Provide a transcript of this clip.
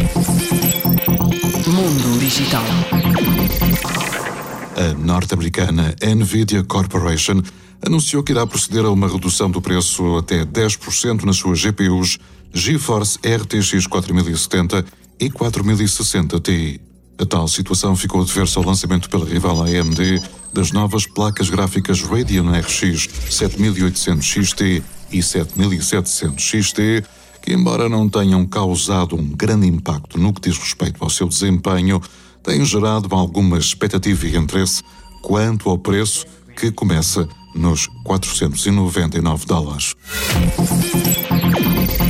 Mundo Digital. A norte-americana Nvidia Corporation anunciou que irá proceder a uma redução do preço até 10% nas suas GPUs GeForce RTX 4070 e 4060 Ti. A tal situação ficou a dever-se ao lançamento pela rival AMD das novas placas gráficas Radeon RX 7800 XT e 7700 XT, que, embora não tenham causado um grande impacto no que diz respeito ao seu desempenho, têm gerado alguma expectativa e interesse quanto ao preço, que começa nos $499.